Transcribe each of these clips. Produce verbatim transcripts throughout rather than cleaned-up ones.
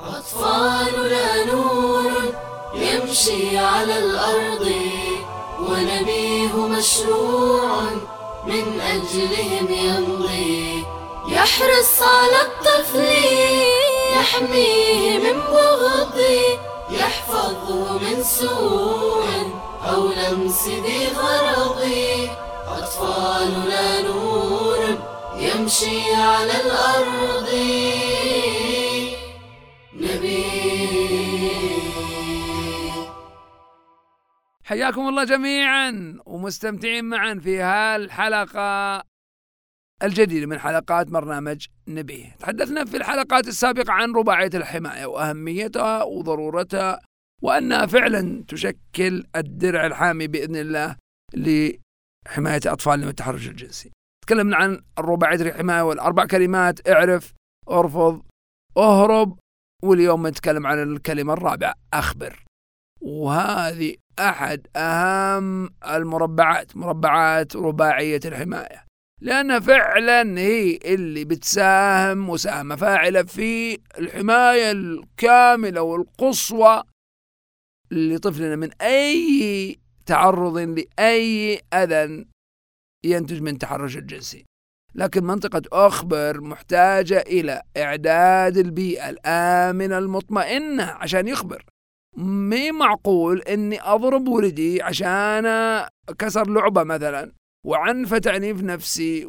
أطفالنا نور يمشي على الأرض، ونبيه مشروع من أجلهم يمضي. يحرص على الطفل يحميه من بغض، يحفظه من سوء أو لمس ذي غرض. أطفالنا نور يمشي على الأرض، حياكم الله جميعا ومستمتعين معا في هالحلقة الجديدة من حلقات برنامج نبيه. تحدثنا في الحلقات السابقة عن رباعية الحماية وأهميتها وضرورتها، وأنها فعلا تشكل الدرع الحامي بإذن الله لحماية أطفالنا من التحرش الجنسي. تكلمنا عن رباعية الحماية والأربع كلمات: اعرف، ارفض، اهرب، واليوم نتكلم عن الكلمة الرابعة: أخبر. وهذه أحد أهم المربعات، مربعات رباعية الحماية، لأنها فعلا هي اللي بتساهم مساهمة فاعلة في الحماية الكاملة والقصوى لطفلنا من أي تعرض لأي أذى ينتج من تحرش الجنسي. لكن منطقة أخبر محتاجة إلى إعداد البيئة الآمنة المطمئنة عشان يخبر. مي معقول إني أضرب ولدي عشان كسر لعبة مثلا وعنف تعنيف نفسي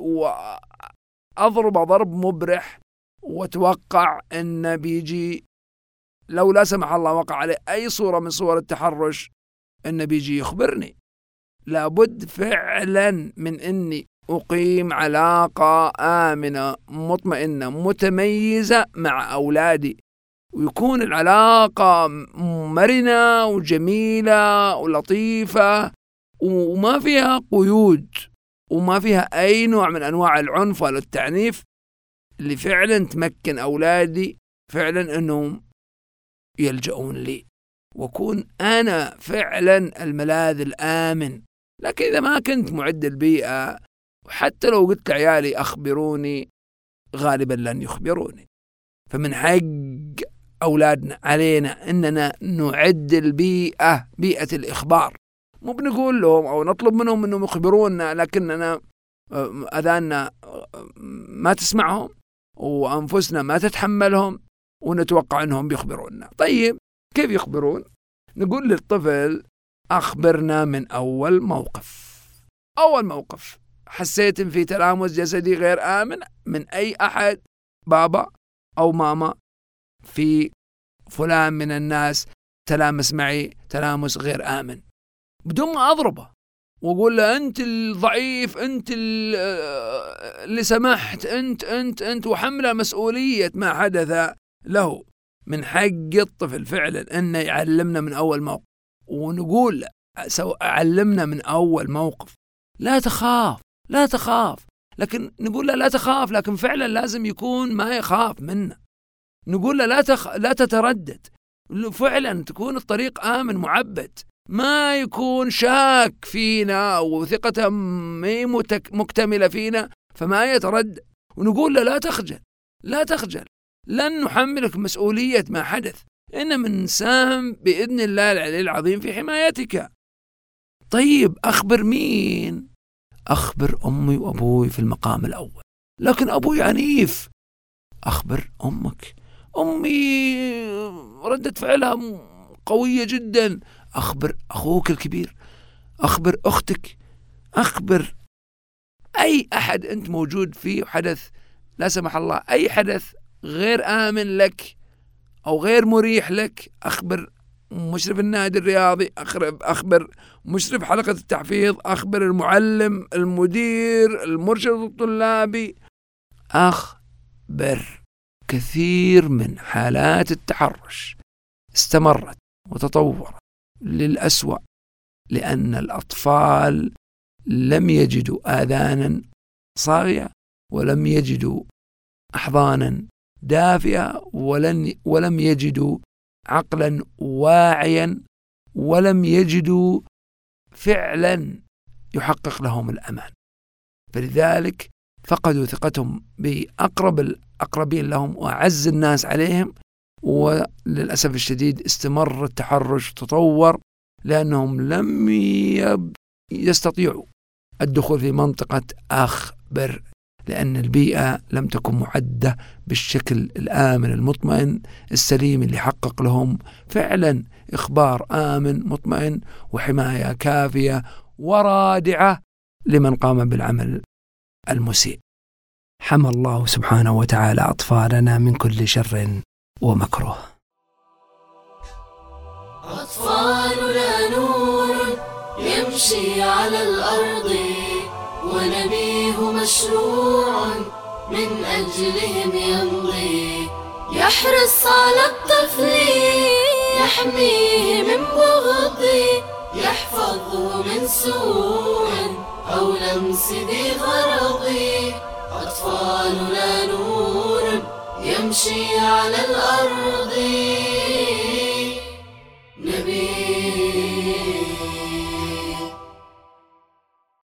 وأضرب ضرب مبرح وتوقع إن بيجي لو لا سمح الله وقع عليه أي صورة من صور التحرش إن بيجي يخبرني. لابد فعلا من إني أقيم علاقة آمنة مطمئنة متميزة مع أولادي، ويكون العلاقة مرنة وجميلة ولطيفة وما فيها قيود وما فيها أي نوع من أنواع العنف ولا التعنيف، اللي فعلا تمكن أولادي فعلا أنهم يلجؤون لي وأكون أنا فعلا الملاذ الآمن. لكن إذا ما كنت معد البيئة، وحتى لو قلت لعيالي أخبروني، غالبا لن يخبروني. فمن حق أولادنا علينا أننا نعد البيئة، بيئة الإخبار. مو بنقول لهم أو نطلب منهم أنهم يخبرونا لكننا أذاننا ما تسمعهم وأنفسنا ما تتحملهم ونتوقع أنهم بيخبرونا. طيب كيف يخبرون؟ نقول للطفل: أخبرنا من أول موقف. أول موقف حسيت إن في تلامس جسدي غير آمن من أي أحد، بابا أو ماما، في فلان من الناس تلامس معي تلامس غير آمن، بدون ما أضربه وأقول له أنت الضعيف، أنت اللي سمحت، أنت أنت أنت وحمله مسؤولية ما حدث له. من حق الطفل فعلا أنه يعلمنا من أول موقف، ونقول له علمنا من أول موقف لا تخاف لا تخاف، لكن نقول له لا تخاف لكن فعلا لازم يكون ما يخاف منا. نقول له لا تخ... لا تتردد، فعلا تكون الطريق آمن معبد، ما يكون شاك فينا وثقته مي متك... مكتملة فينا فما يتردد. ونقول له لا تخجل لا تخجل، لن نحملك مسؤولية ما حدث، إنما نساهم بإذن الله العلي العظيم في حمايتك. طيب أخبر مين؟ أخبر أمي وأبوي في المقام الأول. لكن أبوي عنيف، أخبر أمك. أمي ردة فعلها قوية جدا، أخبر أخوك الكبير، أخبر أختك، أخبر أي أحد أنت موجود فيه حدث لا سمح الله، أي حدث غير آمن لك أو غير مريح لك، أخبر مشرف النادي الرياضي، أخبر مشرف حلقة التحفيظ، أخبر المعلم، المدير، المرشد الطلابي. أخبر. كثير من حالات التحرش استمرت وتطورت للأسوأ لأن الأطفال لم يجدوا آذانا صاغية، ولم يجدوا أحضانا دافئة، ولن ولم يجدوا عقلا واعيا، ولم يجدوا فعلا يحقق لهم الأمان. فلذلك فقدوا ثقتهم بأقرب الأقربين لهم وأعز الناس عليهم، وللأسف الشديد استمر التحرش وتطور لأنهم لم يستطيعوا الدخول في منطقة أخبر، لأن البيئة لم تكن معدة بالشكل الآمن المطمئن السليم اللي حقق لهم فعلا إخبار آمن مطمئن وحماية كافية ورادعة لمن قام بالعمل المسيء. حمى الله سبحانه وتعالى أطفالنا من كل شر ومكروه. أطفالنا نور يمشي على الأرض، ونبيه مشروع من أجلهم يمضي، يحرص على الطفل يحميه من بغض، يحفظه من سوء أو لمس ذي غرض. أطفالنا نور يمشي على الأرض، نبي